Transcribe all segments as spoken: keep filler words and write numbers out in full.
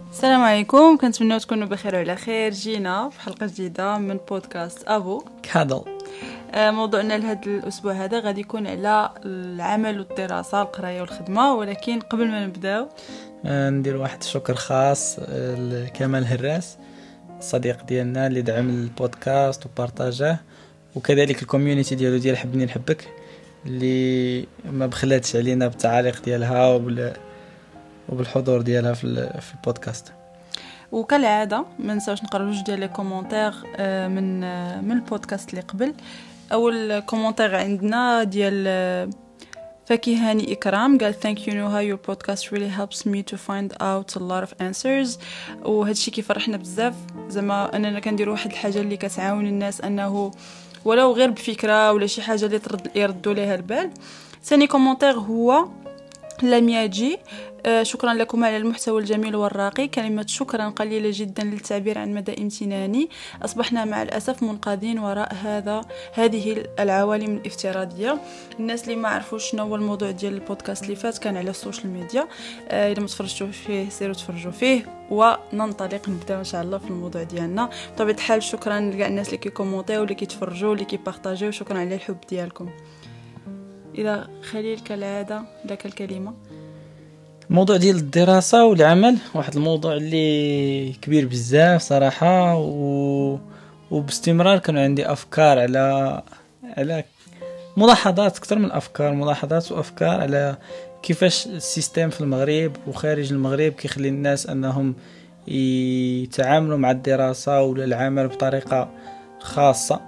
السلام عليكم، كنتمنى تكونوا بخير وعلى خير. جينا في حلقه جديده من بودكاست ابو كادل. آه موضوعنا لهذا الاسبوع هذا غادي يكون على العمل والدراسه، القرايه والخدمه. ولكن قبل ما نبداو آه ندير واحد الشكر خاص لكمال هراس الصديق ديالنا اللي دعم البودكاست وبارطاجاه، وكذلك الكوميونيتي ديالو ديال حبني نحبك اللي ما بخلاتش علينا بالتعاليق ديالها وبال وبالحضور ديالها في في البودكاست. وكالعاده ما نساوش نقراو جوج ديال لي كومونتير من من البودكاست اللي قبل. اول كومونتير عندنا ديال فكيهاني إكرام، قال thank you Nuha, your podcast really helps me to find out a lot of answers. وهذا الشيء كيفرحنا بزاف، زعما اننا كنديروا واحد الحاجه اللي كتعاون الناس انه ولو غير بفكره ولا شي حاجه اللي ترد يردوا ليها البال. ثاني كومونتير هو لمياجي، آه شكرا لكم على المحتوى الجميل والراقي، كلمة شكرا قليلة جدا للتعبير عن مدى امتناني، أصبحنا مع الأسف منقادين وراء هذا هذه العوالم الافتراضية. الناس اللي ما عرفوش شنو هو الموضوع ديال البودكاست اللي فات كان على السوشيال ميديا، آه إذا ما تفرجتوا فيه سيروا تفرجوا فيه وننطلق نبدا إن شاء الله في الموضوع ديالنا. بطبيعة الحال شكرا لكاع الناس اللي كيكومونطيو واللي كيتفرجوا واللي كيبارطاجيو، شكرا على الحب ديالكم. إذا خليل كالعادة لك الكلمة. الموضوع ديال الدراسة والعمل واحد الموضوع اللي كبير بزاف صراحة، و... وباستمرار كانوا عندي أفكار على على ملاحظات أكثر من أفكار ملاحظات وأفكار على كيفاش السيستم في المغرب وخارج المغرب كيخلي الناس أنهم يتعاملوا مع الدراسة ولا العمل بطريقة خاصة.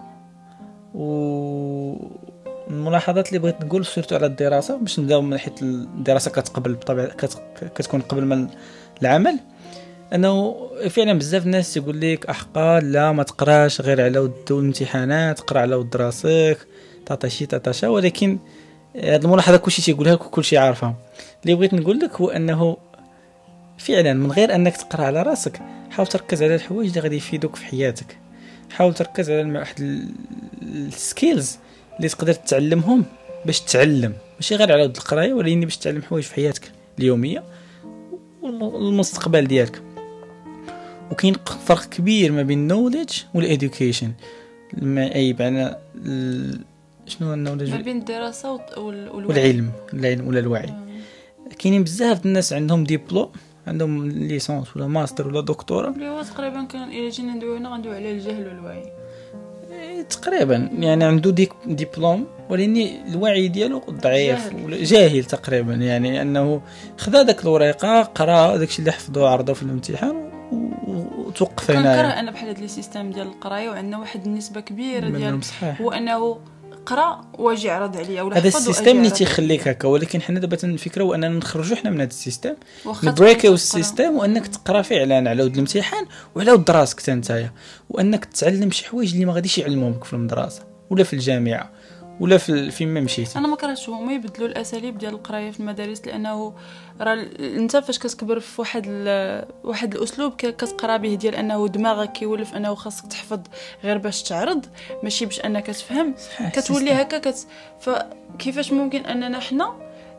و الملاحظات اللي بغيت نقول سورتو على الدراسه باش نبداو من حيت الدراسه كتقبل بطبيعه كتكون قبل من العمل، انه فعلا بزاف الناس يقول لك احقا لا ما تقراش غير على ود الامتحانات، قرا على ود راسك طاطاشي طاطاشا. ولكن هذه الملاحظه كلشي تيقولها لك وكلشي عارفها. اللي بغيت نقول لك هو انه فعلا من غير انك تقرا على راسك حاول تركز على الحوايج اللي غادي يفيدوك في حياتك، حاول تركز على واحد السكيلز اللي تقدر تتعلمهم باش تتعلم، ماشي غير على ود القرايه ولكن باش تتعلم حوايج في حياتك اليوميه والمستقبل ديالك. وكاين فرق كبير ما بين النوليدج والاديوكيشن، اي معنى شنو هو النوليدج؟ ما بين الدراسه والعلم العلم ولا الوعي. كاينين بزاف الناس عندهم ديبلوم، عندهم ليسونس ولا ماستر ولا دكتوراه، اللي هو تقريبا كان الى جينا ندويو هنا غندويو على الجهل والوعي تقريبا. يعني عنده ديك ديبلوم ولكن الوعي ديالو ضعيف ولا جاهل تقريبا، يعني انه خدا داك الورقه قرا داكشي اللي حفظه عرضه في الامتحان وتوقف هنا. كنكره انا بحال هاد لي سيستيم ديال القرايه وعندنا واحد النسبه كبيره ديال هو انه قرا واجي عرض عليا ولا هذا السيستم اللي تيخليك هكا. ولكن حنا دابا الفكره هو اننا نخرجوا حنا من هذا السيستم، نبريكيو السيستم، وانك تقرا فعلا على ود الامتحان وعلى ود راسك حتى نتايا، وانك تتعلم شي حوايج اللي ما غاديش يعلموك في المدرسه ولا في الجامعه ولا في فين ما مشيتي. انا ما كرهتش هما يبدلوا الاساليب ديال القرايه في المدارس، لانه راه انت فاش كتكبر في واحد واحد الاسلوب كتقرا به ديال انه دماغك كيولف انه خاصك تحفظ غير باش تعرض ماشي باش انك تفهم، كتولي هكا كت... فكيفاش ممكن اننا حنا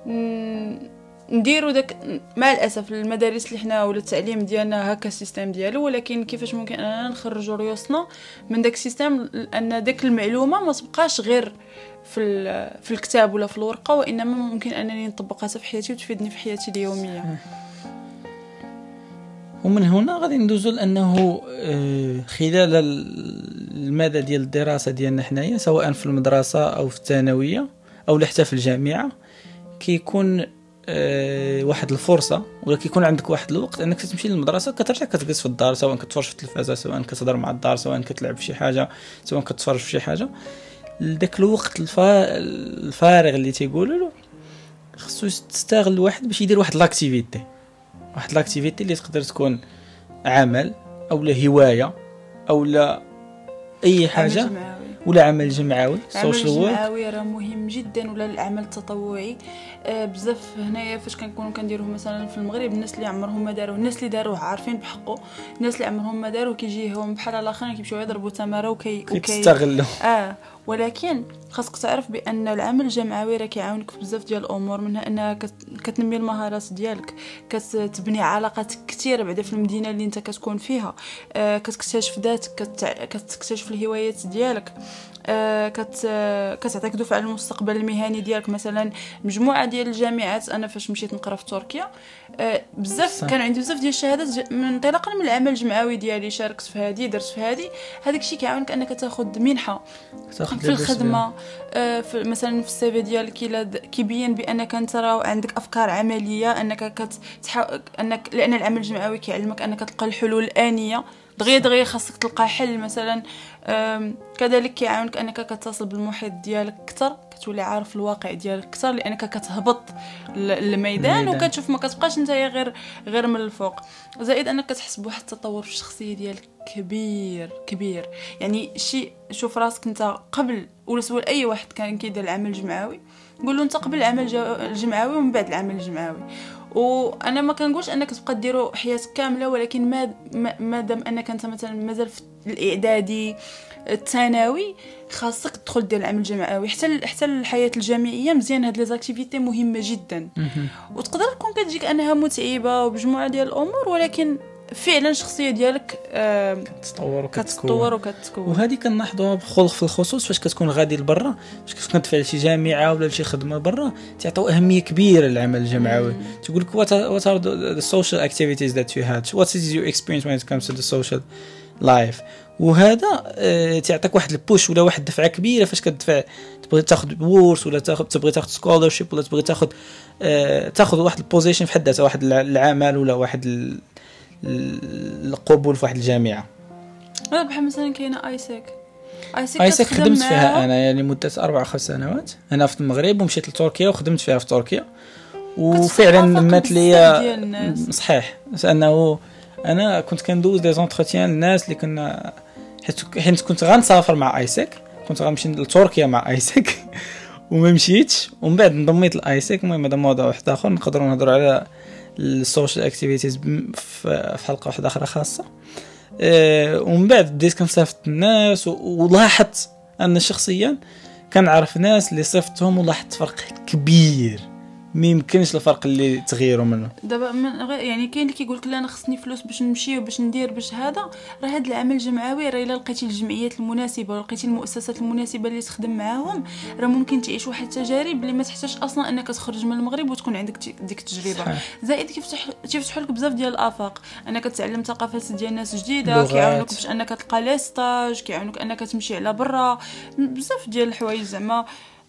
نديروا داك مع الاسف المدارس اللي حنا ولا التعليم ديالنا هكا السيستم ديالو، ولكن كيفاش ممكن اننا نخرجوا ريوسنا من داك السيستم ان داك المعلومه ما تبقاش غير في في الكتاب ولا في الورقه، وانما ممكن انني نطبقها في حياتي وتفيدني في حياتي اليوميه. ومن هنا غادي ندوزو لانه خلال المدى ديال الدراسه ديالنا حنايا سواء في المدرسه او في الثانويه او حتى في الجامعه كيكون أه واحد الفرصه ولا كيكون عندك واحد الوقت انك تمشي للمدرسه، كترجع كتجلس في الدار سواء كتفرج في التلفازه سواء كتهضر مع الدار سواء كتلعب في شي حاجه سواء كتفرج في شي حاجه. داك الوقت الفا... الفارغ اللي تيقولوا له خصو تستغل واحد باش يدير واحد لاكتيفيتي واحد لاكتيفيتي اللي تقدر تكون عمل او لا هوايه او لا اي حاجه ولا عمل جمعوي. السوشيال ورك الجمعوي راه مهم جدا، ولا العمل التطوعي. آه بزاف هنايا فاش كنكونوا كنديروه مثلا في المغرب، الناس اللي عمرهم ما داروه الناس اللي داروه عارفين بحقه، الناس اللي عمرهم ما داروه كيجيهم بحال الاخرين كيمشيو يضربوا تماره وكي كيستغلوا اه ولكن خاصك تعرف بان العمل الجمعوي راه كيعاونك في بزاف ديال الامور، منها انها كتنمي المهارات ديالك، كتبني علاقات كثيره بعدا في المدينه اللي انت كتكون فيها، آه كتكتشف ذاتك، كتكتشف الهوايات ديالك، آه كت كتعطيك دفعه للمستقبل المهني ديالك. مثلا مجموعه ديال الجامعات، انا فاش مشيت نقرا في تركيا آه بزاف كان عندي بزاف ديال الشهادات من انطلاقا من العمل الجمعوي ديالي، شاركت في هذه، درت في هذه. هذاك الشيء كيعاونك انك تاخذ منحه في الخدمه، آه في مثلا في السي في ديالك الا كيبين بانك انت راه عندك افكار عمليه، انك كتحاول انك لان العمل الجمعوي كيعلمك انك تلقى الحلول الانيه دغيا دغيا، خاصك تلقى حل مثلا. كذلك كيعاونك انك كتصل بالمحيط ديالك اكثر، كتولي عارف الواقع ديالك اكثر، لانك كتهبط للميدان وكتشوف، ما كتبقاش انت غير غير من الفوق. زائد انك كتحس بواحد التطور في الشخصيه ديالك كبير كبير. يعني شيء، شوف راسك انت قبل، ولا سول اي واحد كان كيدير العمل الجمعوي، قول له انت قبل العمل الجمعوي ومن بعد العمل الجمعوي. وانا ما كنقولش انك تبقى ديرو حياتك كامله، ولكن ما ما دام انك انت مثلا مازال في الاعدادي الثانوي، خاصك تدخل دير العمل الجمعوي. حتى حتى الحياه الجامعيه مزيان، هاد لي زاكتيفيتي مهمه جدا، وتقدر تكون كتجيك انها متعبه وبجموعه ديال الامور، ولكن فعلا الشخصيه ديالك آه كتطور وكتطور وكتكون. وهذه كنلاحظوها بخلق في الخصوص فاش كتكون غادي لبرا، فاش كتدفع لشي جامعه ولا لشي خدمه برا، تعطيو اهميه كبيره للعمل الجمعوي. تقول لك what what are the, the social activities that you had, what is your experience when it comes to the social life. وهذا اه تعطيك واحد البوش ولا واحد الدفعه كبيره فاش كتدفع، تبغي تاخذ بورس ولا تاخذ تبغي تاخذ سكولرشيب ولا تبغي تاخذ اه تاخذ واحد البوزيشن في حد ذاتها، واحد العمل ولا واحد ال القبول في واحد الجامعه. لا بحال مثلا كاينه ايسيك ايسيك ايسيك خدمت فيها انا يعني مده أربع خمس سنوات انا في المغرب، ومشيت لتركيا وخدمت فيها في تركيا، وفعلا نمت لي صحيح. لانه انا كنت كندوز دي زونتروتيان الناس اللي كنا، حيت كنت غنسافر مع ايسيك، كنت غنمشي لتركيا مع ايسيك وما مشيتش، ومن بعد انضميت لايسيك. المهم هذا موضوع واحد اخر، نقدروا نهضروا على السوشيال اكتيفيتيز في حلقه واحده اخرى خاصه. أه ومن بعد بديت كنصيفط الناس، ولاحظت ان شخصيا كنعرف ناس اللي صيفطهم ولاحظت فرق كبير ما يمكنش الفرق اللي تغيروا منه. دابا من يعني كاين اللي كيقول لك لا انا خصني فلوس باش نمشي وباش ندير باش هذا، راه هذا العمل الجمعوي راه الا لقيتي الجمعيات المناسبه ولقيتي المؤسسات المناسبه اللي تخدم معاهم، راه ممكن تعيش واحد التجارب اللي ما تحتاجش اصلا انك تخرج من المغرب وتكون عندك ديك التجربه. صحيح. زائد كيفتح كيفتحوا لك بزاف ديال الافاق، انك تتعلم ثقافات ديال ناس جديده، كيعاونوك باش انك تلقى لي ستاج، كيعاونوك انك تمشي على برا، بزاف ديال الحوايج. زعما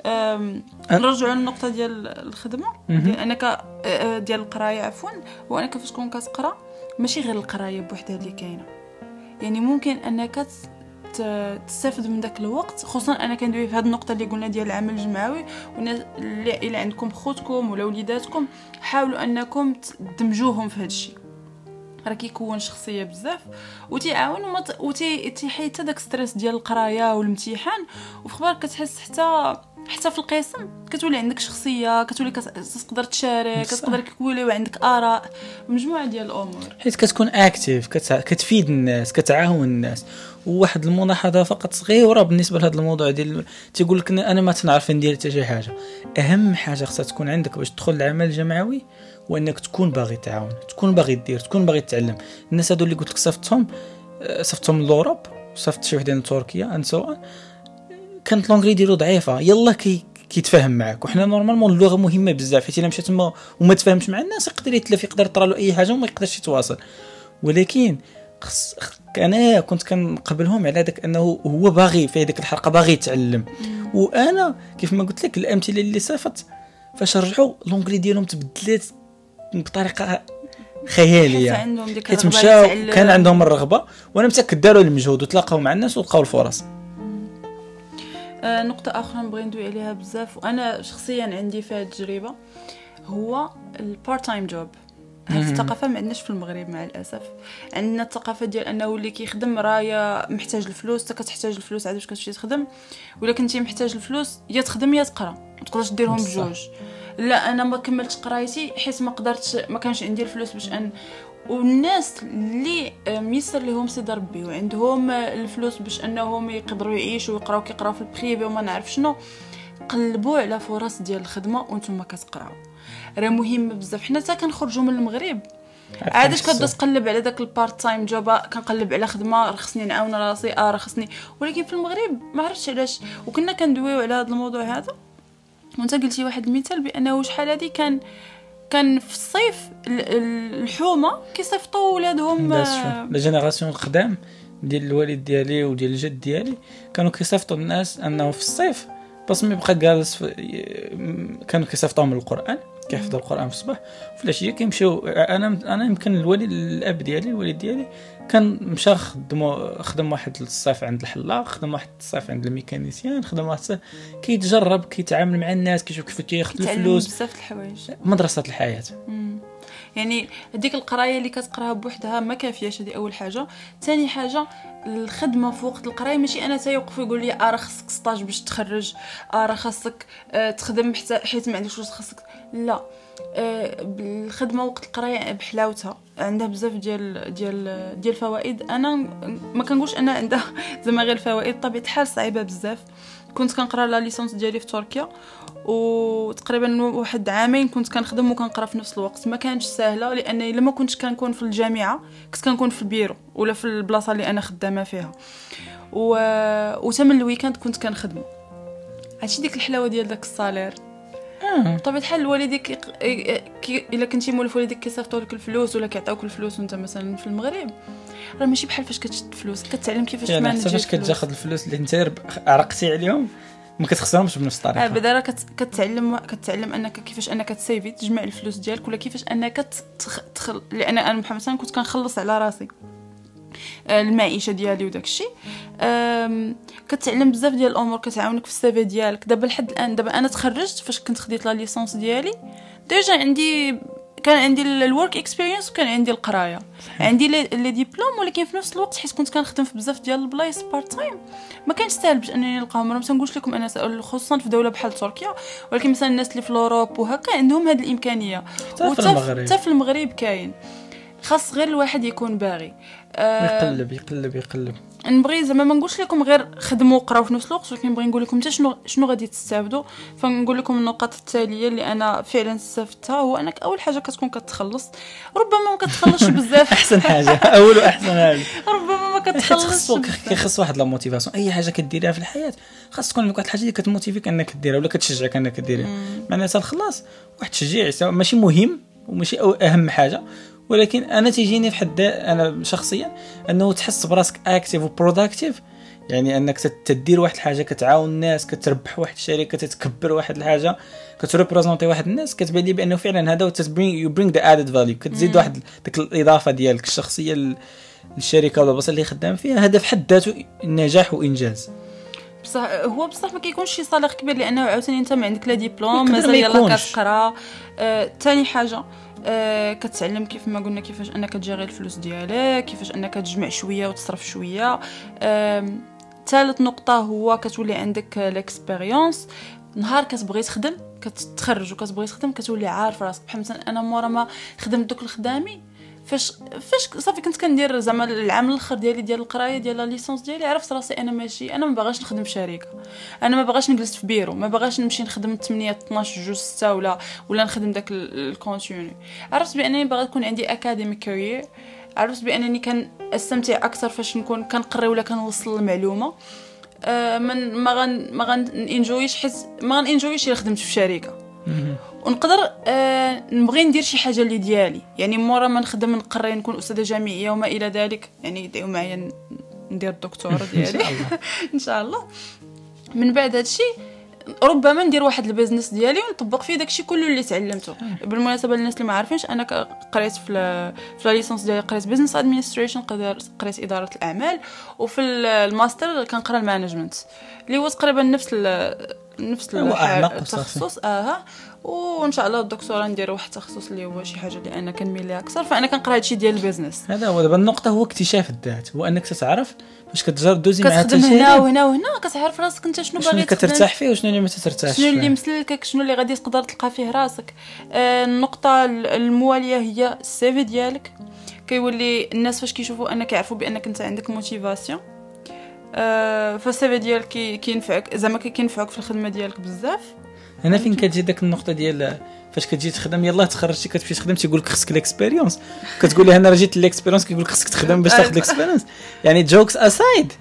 نرجعوا للنقطه ديال الخدمه، ديال انك ديال القرايه عفوا، هو انك فاش تكون كتقرا ماشي غير القرايه بوحدها اللي كاينه، يعني ممكن انك تستافد من داك الوقت. خصوصا انا كندوي في هذه النقطه اللي قلنا ديال العمل الجمعوي، والناس اللي الا عندكم خوتكم ولا وليداتكم حاولوا انكم تدمجوهم في هذا الشيء، راه كيكون شخصيه بزاف وتيعاون وتي تيحيد حتى داك ستريس ديال القرايه والامتحان. وفي خبارك كتحس حتى حتى في القسم كتولي عندك شخصيه، كتولي كتقدر تشارك، كتقدر كيوليو عندك اراء، مجموعه ديال الامور، حيت كتكون اكتيف، كتفيد الناس، كتعاون الناس. وواحد الملاحظه فقط صغيره بالنسبه لهذا الموضوع ديال تيقول لك انا ما تنعرف ندير حتى شي حاجه. اهم حاجه خصها تكون عندك باش تدخل العمل الجمعوي وانك تكون باغي تعاون، تكون باغي دير، تكون باغي تتعلم. الناس هادو اللي قلت لك صفتهم صفتهم لوروب، صفت شي وحدين لتركيا ان سواء، كانت لونغري ديالو ضعيفه، يلا كي كيتفاهم معك. وحنا نورمالمون اللغه مهمه بزاف، حيت الا مشى تما وما تفاهمش مع الناس يقدر يتلف، يقدر يطرى له اي حاجه وما يقدرش يتواصل. ولكن خص انا كنت كنقبلهم على داك انه هو باغي في هذيك الحلقه باغي يتعلم. وانا كيف ما قلت لك الامثله اللي صيفط فاش رجعوا لونغري ديالهم تبدلات بطريقه خياليه، حيت مشاو كان عندهم الرغبه، وانا متاكد داروا المجهود وتلاقاو مع الناس ولقاو الفرص. آه نقطه اخرى نبغي ندوي عليها بزاف، وانا شخصيا عندي فيها التجربه، هو البارت تايم جوب. هذه الثقافه ما عندناش في المغرب مع الاسف. عندنا الثقافه ديال انه اللي كيخدم راه محتاج الفلوس، انت كتحتاج الفلوس عاد باش كتمشي تخدم، ولا كنتي محتاج الفلوس يا تخدم يا تقرا، ما تقدرش ديرهم بجوج. لا انا ما كملتش قرايتي حيت ما قدرتش، ما كانش عندي الفلوس باش ان والناس اللي ميسر لهم سيدي ربي وعندهم الفلوس باش انهم يقدروا يعيشوا ويقراو كيقراو في البريفي وما نعرف شنو، قلبوا على فرص ديال الخدمه وانتم كتقراو. راه مهم بزاف. حنا حتى كنخرجوا من المغرب عادش كتبدا تقلب على داك البارت تايم جوب، كنقلب على خدمه راه خصني نعاون راسي، اه راه خصني، ولكن في المغرب ما عرفتش علاش. وكنا كندويو على هذا الموضوع هذا، وانت قلتي واحد المثال بانه شحال هذه كان كان في الصيف الحومه كيصيفطوا ولادهم لا جينيراسيون القدام ديال الوالد ديالي وديال الجد ديالي كانوا كيصيفطوا الناس انه في الصيف بس ما يبقى جالس في... كانوا كيصيفطوهم القران كيحفظوا القران في الصباح، وفي العشيه كيمشيو. انا انا يمكن الوالد الاب ديالي الوالد ديالي كان مشى خدم خدم واحد الصيف عند الحلاق، خدم واحد الصيف عند الميكانيسيان، خدم واحد كيتجرب كيتعامل مع الناس كيشوف كيف كياخذ الفلوس، بزاف الحوايج. مدرسه الحياه. مم. يعني هذيك القرايه اللي كتقراها بوحدها ما كافياش، هذه اول حاجه. ثاني حاجه الخدمه في وقت القرايه، ماشي انا تيوقف يقول لي اه راه خصك ستاج باش تخرج، اه راه خاصك آه تخدم حتى حيت ما عندكش فلوس خاصك، لا. آه الخدمه وقت القرايه بحلاوتها عندها بزاف ديال ديال ديال الفوائد. انا ما كنقولش ان عندها زعما غير الفوائد، طبيعه الحال صعيبه بزاف. كنت كنقرا لا ليسونس ديالي في تركيا، وتقريبا واحد عامين كنت كنخدم وكنقرا في نفس الوقت. ما كانش سهله لاني لما كنتش كنكون في الجامعه كنت كنكون في البيرو ولا في البلاصه اللي انا خدامه فيها، و وتمن الويكاند كنت كنخدم. هادشي ديك الحلاوه ديال داك الصالير. اه بطبيعه الحال والديك كي... الا كنتي مولف والديك كيصيفطوا لك الفلوس ولا كيعطيوك الفلوس وانت مثلا في المغرب، راه ماشي بحال فاش كتشد فلوس كتعلم كيفاش يعني تمانج. فاش كتاخذ الفلوس اللي انت عرقتي عليهم ما كتخسرهمش بنفس الطريقه. اه بدرا كت... كتعلم كتعلم انك كيفاش انك تسيفي تجمع الفلوس ديالك، ولا كيفاش انك تخ... تخل... لان انا مثلا كنت كنخلص على راسي المعيشه ديالي وداك الشيء. كتعلم بزاف ديال الامور كتعاونك في السيفي ديالك. دابا لحد الان دابا انا تخرجت فاش كنت خديت لا ليسونس ديالي ديجا عندي كان عندي الورك اكسبيرينس وكان عندي القرايه، عندي لي ديبلوم، ولكن في نفس الوقت حيت كنت كنخدم في بزاف ديال البلايص بارت تايم ما كانش ساهل باش انني نلقاهم. ما تنقولش لكم انا خصوصا في دوله بحال تركيا، ولكن مثلا الناس اللي في اوروب وهكا عندهم هذه الامكانيه، حتى في المغرب كاين. خاص غير الواحد يكون باغي أه يقلب يقلب يقلب. نبغي زعما ما نقولش لكم غير خدموا وقراو في نفس الوقت، ولكن نبغي نقول لكم حتى شنو شنو غادي تستافدوا. فنقول لكم النقاط التاليه اللي انا فعلا استفدتها. هو انك اول حاجه كتكون كتخلص، ربما ما كتخلصش بزاف احسن حاجه اول واحسن حاجه ربما ما كتخلصش. كيخص واحد لا موتيفاسيون. اي حاجه كديريها في الحياه خاص تكون لك واحد الحاجه اللي كتموتيفيك انك ديرها ولا كتشجعك انك ديرها. معناتها الخلاص واحد التشجيع ماشي مهم وماشي اهم حاجه، ولكن انا تيجيني في حد انا شخصيا انه تحس براسك اكتيف وبروداكتيف، يعني انك تدير واحد الحاجه كتعاون الناس، كتربح واحد الشركه، تتكبر واحد الحاجه، كتريبريزونتي واحد الناس، كتبان لي بانه فعلا هذا تبرينغ يو برينغ ذا ادد فاليو، كتزيد واحد ديك الاضافه ديالك الشخصيه للشركه ولا البلاصه اللي خدام فيها. هذا في حد ذاته نجاح وانجاز. بصح هو بصح ما كيكونش شي صالح كبير لانه عاوتاني انت ما عندك لا ديبلوم مازال يلاه كتقرا. ثاني آه، حاجه آه، كتعلم كيف ما قلنا كيفاش انك تجيري الفلوس ديالك، كيفاش انك تجمع شويه وتصرف شويه. ثالث نقطه هو كتولي عندك الاكسبيريونس. نهار كتبغي تخدم كتخرج وكتبغي تخدم كتولي عارف راسك. بحال مثلا انا مورا ما خدمت دوك الخدامي فاش فاش صافي كنت كندير زعما العام الاخر ديالي ديال القرايه ديال لا ليسونس ديالي، عرفت راسي انا ماشي انا ما باغاش نخدم في شركه، انا ما باغاش نجلس في بيرو، ما باغاش نمشي نخدم ثمانية اثناش جوج ستة ولا ولا نخدم داك الكونتينيو. عرفت بانني باغا تكون عندي اكاديميك كارير، عرفت بانني كان استمتع اكثر فاش نكون كنقري ولا كنوصل المعلومه. أه من ما غن ما غن انجويش حيت ما غن انجويش الا خدمت في شركه، ونقدر آه نبغي ندير شي حاجه اللي ديالي. يعني مورا ما نخدم نقري نكون استاذه جامعيه وما الى ذلك، يعني دعوا معايا ندير الدكتوراه ديالي ان شاء الله. من بعد هادشي ربما ندير واحد البيزنس ديالي ونطبق فيه داكشي كله اللي تعلمته. بالمناسبه للناس اللي ما عارفينش انا قريت في في ليسونس ديالي قريت بيزنس ادمنستريشن، قريت اداره الاعمال، وفي الماستر كنقرا المانجمنت اللي هو تقريبا نفس نفس التخصص. اه وان شاء الله الدكتوراه ندير واحد التخصص اللي هو شي حاجه اللي انا كنميل ليها اكثر. فانا كنقرا هادشي ديال البيزنس. هذا هو دابا النقطه، هو اكتشاف الذات، هو انك تتعرف فاش كتجرب دوزي مع كتخدم هنا وهنا وهنا كتعرف راسك انت شنو باغي كترتاح فيه وشنو اللي ما تترتاحش، شنو اللي مسلكك، شنو اللي غادي تقدر تلقى فيه راسك. آه النقطه المواليه هي السي في ديالك. كيولي الناس فاش كيشوفوا انك يعرفوا بانك انت عندك موتيفاسيون أه فالسيفي ديالك كي كينفعك زعما كينفعك في الخدمه ديالك بزاف. هنا فين كتجي داك النقطه ديال فاش كتجي تخدم يلاه تخرجتي كتمشي تخدم تيقول لك خصك ليكسبيريونس كتقول له انا راه جيت ليكسبيريونس كيقول لك خصك تخدم باش تاخذ ليكسبيريونس. يعني جوكس اسايد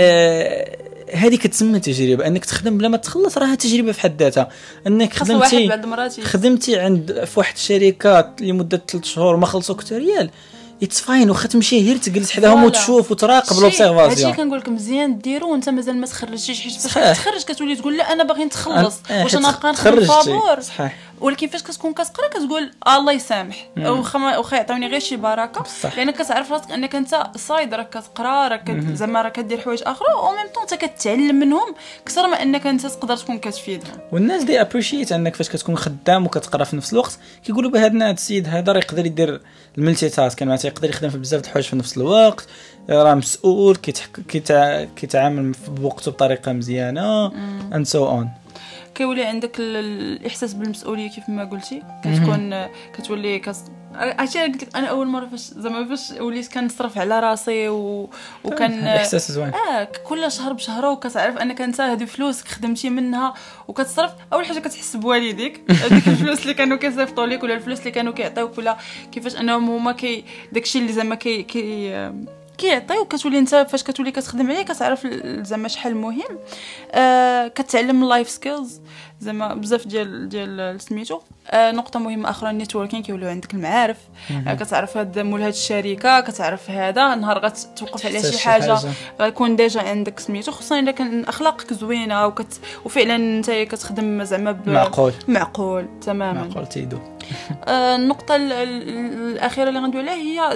آه هذه كتسمى تجربه انك تخدم بلا ما تخلص راها تجربه في حد ذاتها. انك خدمتي خدمتي عند في واحد الشركات لمده ثلاث شهور ما خلصوك حتى ريال اتس فاين واخا تمشي غير تجلس حداهم وتشوف وتراقب لوبسيرفاسيون. هادشي كنقول لك مزيان ديرو وانت مازال ما تخرجتيش حيت فاش تخرج كتولي تقول لا انا باغي نتخلص واش انا نبقى نخرج فابور. ولكن فاش كتكون كتقرا كتقول الله يسامح واخا واخا يعطيوني غير شي بركه لانك كتعرف راسك انك انت صايد راك كتقرا راك زعما راك كدير حوايج اخرى او ميم طون انت كتعلم منهم اكثر ما انك انت تقدر تكون كتفيدهم. والناس دي ابريشيت انك فاش كتكون خدام وكتقرا في نفس الوقت كيقولوا بهذا السيد هذا راه يقدر يدير الملتي تاسك معناتها يقدر يخدم في بزاف د الحوايج في نفس الوقت راه مسؤول كيتع... كيتعامل بوقته بطريقه مزيانه اند سو اون. كيولي عندك الاحساس بالمسؤوليه كيف ما قلتي كتكون كتولي كت... عرفتي قلت لك انا اول مره فاش زعما فاش وليت كنصرف على راسي و... وكان احساس زوين اه كل شهر بشهره وكتعرف انك انت هذه فلوسك خدمتي منها وكتصرف. اول حاجه كتحس بوالديك ديك الفلوس اللي كانوا كيصيفطوا لك ولا الفلوس اللي كانوا كيعطيوك ولا كيفاش انهم هما كي داكشي اللي زعما كي كي كيعطيو كتولي انت فاش كتولي كتخدم عليه كتعرف زعما شحال مهم. آه كتعلم اللايف سكيلز زعما بزاف ديال ديال سميتو. آه نقطه مهمه اخرى النيتوركين كيوليو عندك المعارف. آه كتعرف هاد مول هاد الشركه كتعرف هذا نهار غتوقف على شي حاجه غيكون ديجا عندك سميتو خصوصا الا كان اخلاقك زوينه وكت وفعلا انت كتخدم زعما ب... معقول معقول تماما معقول تيدو. آه النقطه الاخيره اللي غندوي عليها هي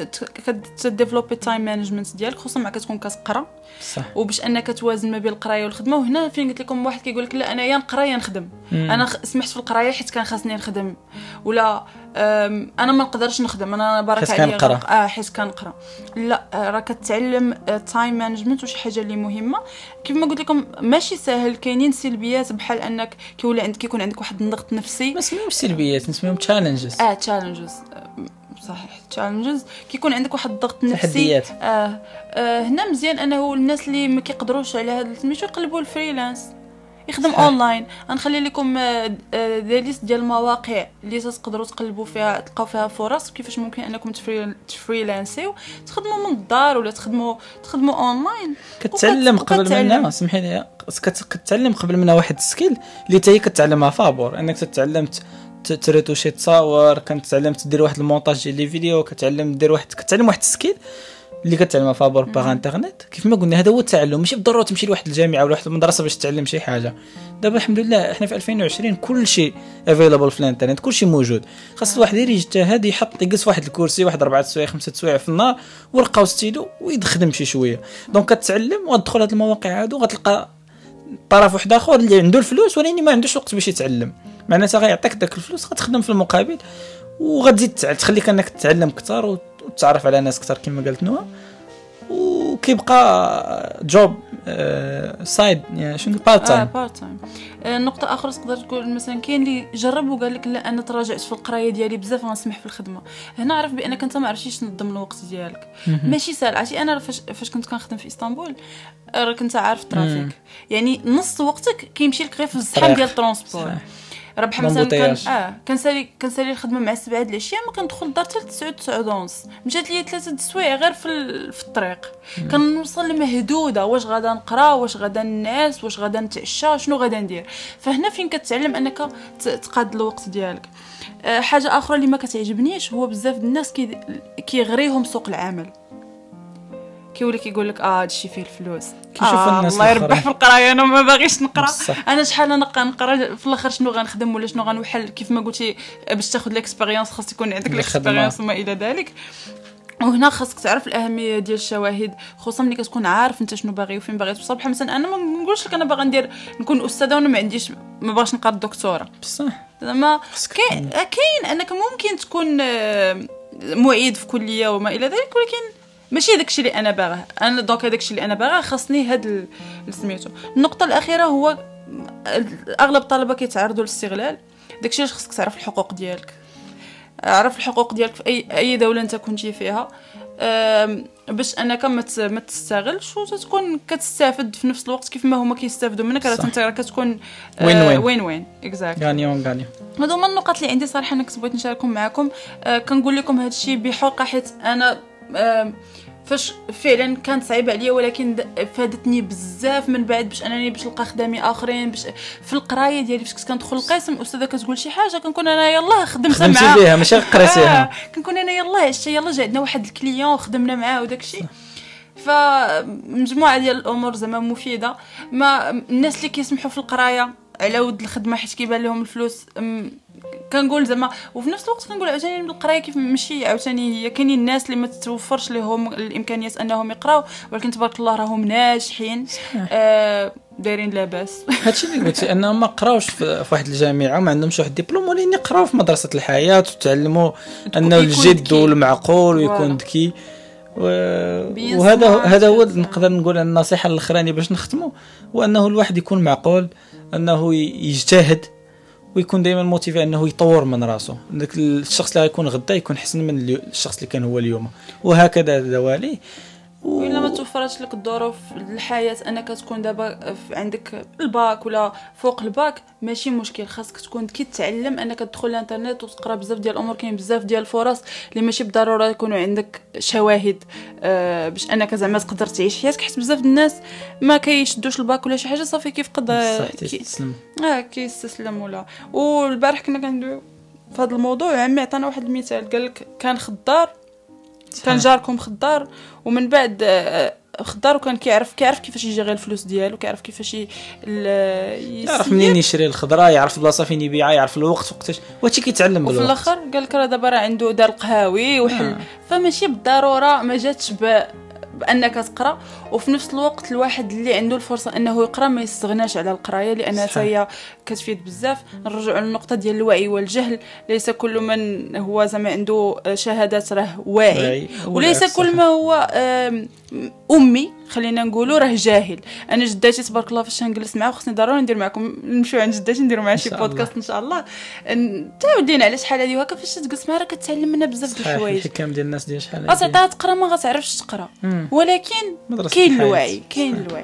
كتديفلوبي التايم مانجمنت ديالك خصوصا مع كتكون كتقرا صح وباش انك توازن ما بين القرايه والخدمه. وهنا فين قلت لكم واحد كيقول لك لا انا يا نقرا يا نخدم. مم. انا سمحت في القرايه حيت كان خاصني نخدم ولا انا ما نقدرش نخدم انا برك عليا اه حيت كنقرا. لا راه كتعلم التايم مانجمنت وشي حاجه اللي مهمه كيف ما قلت لكم ماشي ساهل. كاينين سلبيات بحال انك كيولي عندك كيكون عندك واحد الضغط نفسي. ما اسميهمش سلبيات نسميهم تشالنجز. اه تشالنجز صحيح تشالنجز كيكون عندك واحد الضغط نفسي تحديات. آه. آه هنا مزيان انه الناس اللي ما كيقدروش على هذا سميتو يقلبوا الفريلانس يخدم اونلاين. غنخلي لكم دي ليست ديال المواقع اللي تقدروا تقلبوا فيها تلقاو فيها فرص كيفاش ممكن انكم تفريلانسيو تخدموا من الدار ولا تخدموا تخدموا اونلاين. كتعلم قبل منها سمحي لي كتعلم قبل منها واحد السكيل اللي حتى هي كتعلمها فابور انك تعلمت تريتوشي تصاور كنت تعلمت دير واحد المونتاج ديال لي فيديو كتعلم دير واحد كتعلم واحد السكيل اللي كتعلمها فابور باغ انترنت. كيف ما قلنا هذا هو التعلم ماشي بالضروره تمشي لواحد الجامعه ولا واحد المدرسه باش تتعلم شي حاجه. دابا الحمد لله احنا في ألفين وعشرين كل شيء افيلابل في الانترنت كل شيء موجود. خاص الواحد يجي يجتهد يحط يجلس واحد الكرسي واحد أربعة سوايع خمسة سوايع في النهار ورقه وستيلو ويخدم شي شويه. دونك كتعلم وتدخل هاد المواقع هادو غتلقى طرف واحد اخر اللي عنده الفلوس ولكن ما عندوش وقت باش يتعلم معناتها غيعطيك داك الفلوس غتخدم في المقابل وغتزيد تخليك انك تتعلم اكثر وتتعرف على ناس اكثر كما قالت نوى وكيبقى جوب سايد يعني شنو بارت تايم. اه بارت تايم. نقطه اخرى تقدر تقول مثلا كاين اللي جرب وقال لك لا انا تراجعت في القرايه ديالي بزاف غنسمح في الخدمه. هنا عرف بانك انت ما عرفتيش تنظم الوقت ديالك ماشي سهل. عرفتي انا فاش فاش كنت كنخدم في اسطنبول راه كنت عارف الترافيك يعني نص وقتك كيمشي لك غير في الزحام ديال الترونسبور. راه بحال مثلا كان اه كنسالي كنسالي الخدمه مع سبعة د العشيه ما كندخل للدار حتى تسعة تسعة ونص مشات لي ثلاثه د السوايع غير في في الطريق. كنوصل مهدوده واش غادا نقرا واش غادا نعس واش غادا نتعشى شنو غادا ندير. فهنا فين كتعلم انك تقاد الوقت ديالك. آه حاجه اخرى اللي ما كتعجبنيش هو بزاف د الناس كي كيغريهم سوق العمل كيولي كيقول لك اه هادشي فيه الفلوس كيشوف آه الناس الله يربح في القرايه انا ما باغيش نقرا انا شحال نقرا نقرا في الاخر شنو غنخدم ولا شنو غنوحل كيف ما قلتي باش تاخذ ليكسبيريونس خاص يكون عندك ليكسبيريونس وما الى ذلك. وهنا خاصك تعرف الاهميه ديال الشواهد خصوصا ملي كتكون عارف انت شنو باغي وفين باغي توصل. بحال مثلا انا ما نقولش لك انا باغا ندير نكون استاذه وانا ما عنديش ما باغاش نقرا الدكتوره بصح زعما كاين كاين انك ممكن تكون معيد في كليه وما الى ذلك ولكن ماشي داكشي اللي انا باغاه. انا دونك هذاكشي اللي انا باغاه خاصني هاد سميتو. النقطه الاخيره هو اغلب الطلبه كيتعرضوا للاستغلال. داكشي اللي خاصك تعرف الحقوق ديالك. اعرف الحقوق ديالك في اي اي دوله انت كنتي فيها، باش انك ما ما تستغلش وتكون كتستافد في نفس الوقت كيف ما هما كيستافدوا منك. راه انت كتكون وين وين وين وين اكزاكت غانيون غانيون. هادو هما النقاط اللي عندي صراحه انا كنت بغيت نشاركهم معكم. أه كنقول لكم هذا الشيء بحقيقه حيت انا أه فاش فعلا كانت صعيبه عليا، ولكن فادتني بزاف من بعد باش انني باش نلقى خدامي اخرين. باش في القرايه ديالي فاش كنت كندخل القسم الاستاذه كتقول شي حاجه كنكون انا يلاه خدمت معاها بها ماشي قريتيها، آه كنكون انا يلاه عشتي يلاه جا عندنا واحد الكليون وخدمنا معاه وداكشي. فمجموعه ديال الامور زعما مفيده. ما الناس اللي كيسمحوا في القرايه على ود الخدمه حيت كيبان لهم الفلوس كنقول زعما، وفي نفس الوقت كنقول عاوتاني القرايه كيف ماشي عاوتاني هي كاينين الناس اللي ما تتوفرش لهم الامكانيات انهم يقراو، ولكن تبارك الله راهم ناجحين آه دايرين لاباس. هادشي اللي قلتي انهم ما قراوش في واحد الجامعه وما عندهمش واحد الدبلوم، ولكن يقراو في مدرسه الحياه وتعلموا انه الجد والمعقول ويكون ذكي. وهذا هذا هو نقدر نقول النصيحه الاخرانيه باش نختموا، وانه الواحد يكون معقول، انه يجتهد ويكون دائما موتيفي انه يطور من راسه. داك الشخص اللي غيكون غدا يكون احسن من الشخص اللي كان هو اليوم، وهكذا دوالي. و... الا ما توفرتش لك الظروف الحياه انك تكون دابا عندك الباك ولا فوق الباك ماشي مشكل، خاصك تكون كتعلم انك تدخل الانترنت وتقرا بزاف ديال الامور. كاين بزاف ديال الفرص اللي ماشي بالضروره يكونوا عندك شواهد آه باش انك زعما تقدر تعيش حياتك، حيت بزاف الناس ما كيشدوش الباك ولا شي حاجه صافي كيفقد كي... اه كيستسلم. ولا والبارح كنا كندويو في هذا الموضوع، عمي عطانا واحد المثال قال لك كان خضار كان جاركم خضار ومن بعد خضار وكان كيعرف كيعرف كيفاش يجي غير الفلوس ديالو، كيعرف كيفاش يعرف منين يشري الخضره، يعرف البلاصه فين يبيعها، يعرف الوقت وقتاش، وهادشي كيتعلم بالوقت. وفي الاخر قال لك راه دابا راه عنده دار القهاوي وحل آه. فماشي بالضروره ما جاتش ب بانك تقرا. وفي نفس الوقت الواحد اللي عنده الفرصه انه يقرا ما يستغناش على القرايه، لانها هي كتفيد بزاف. نرجعوا للنقطه ديال الوعي والجهل، ليس كل من هو زعما عنده شهادات راه واعي، وليس كل ما هو امي خلينا نقولوا راه جاهل. انا جداتي تبارك الله فاش نجلس معها خصني ضروري ندير معكم نمشيو عند جداتي نديروا معها شي بودكاست ان شاء الله تعاود لينا على شحال هذه وهكا. فاش تجلس معها راه كتعلم منها بزاف د الحوايج. الحكم ديال الناس ديال شحال هذه اصلا تقرا ما غتعرفش تقرا، ولكن كاين الوعي كاين الوعي.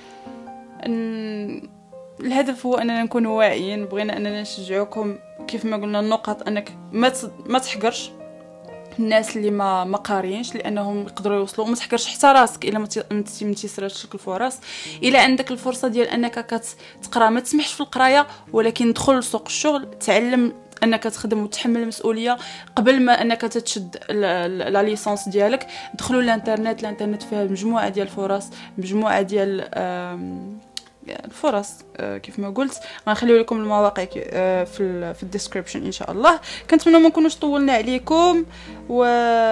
الهدف هو اننا نكونوا واعيين. بغينا اننا نشجعوكم كيف ما قلنا النقط، انك ما ما تحقرش الناس اللي ما ما قاريينش لانهم يقدروا يوصلوا، وما تحقرش حتى راسك الا ما تيسراتش لك الفرص. الا عندك الفرصه ديال انك كتقرا ما تسمحش في القرايه، ولكن دخل لسوق الشغل، تعلم انك تخدم وتحمل المسؤوليه قبل ما انك تتشد لا ليسانس ديالك. دخلوا الانترنت، الانترنت فيها مجموعه ديال الفرص، مجموعه ديال الفرص كيف ما قلت. غنخليو لكم المواقع في في الديسكريبشن ان شاء الله. كنتمنى ما نكونوش طولنا عليكم، و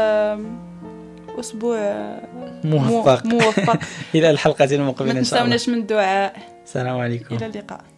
اسبوع موفق موفق الى الحلقه المقبله ان شاء الله. ما تنساوناش من الدعاء. السلام عليكم، الى اللقاء.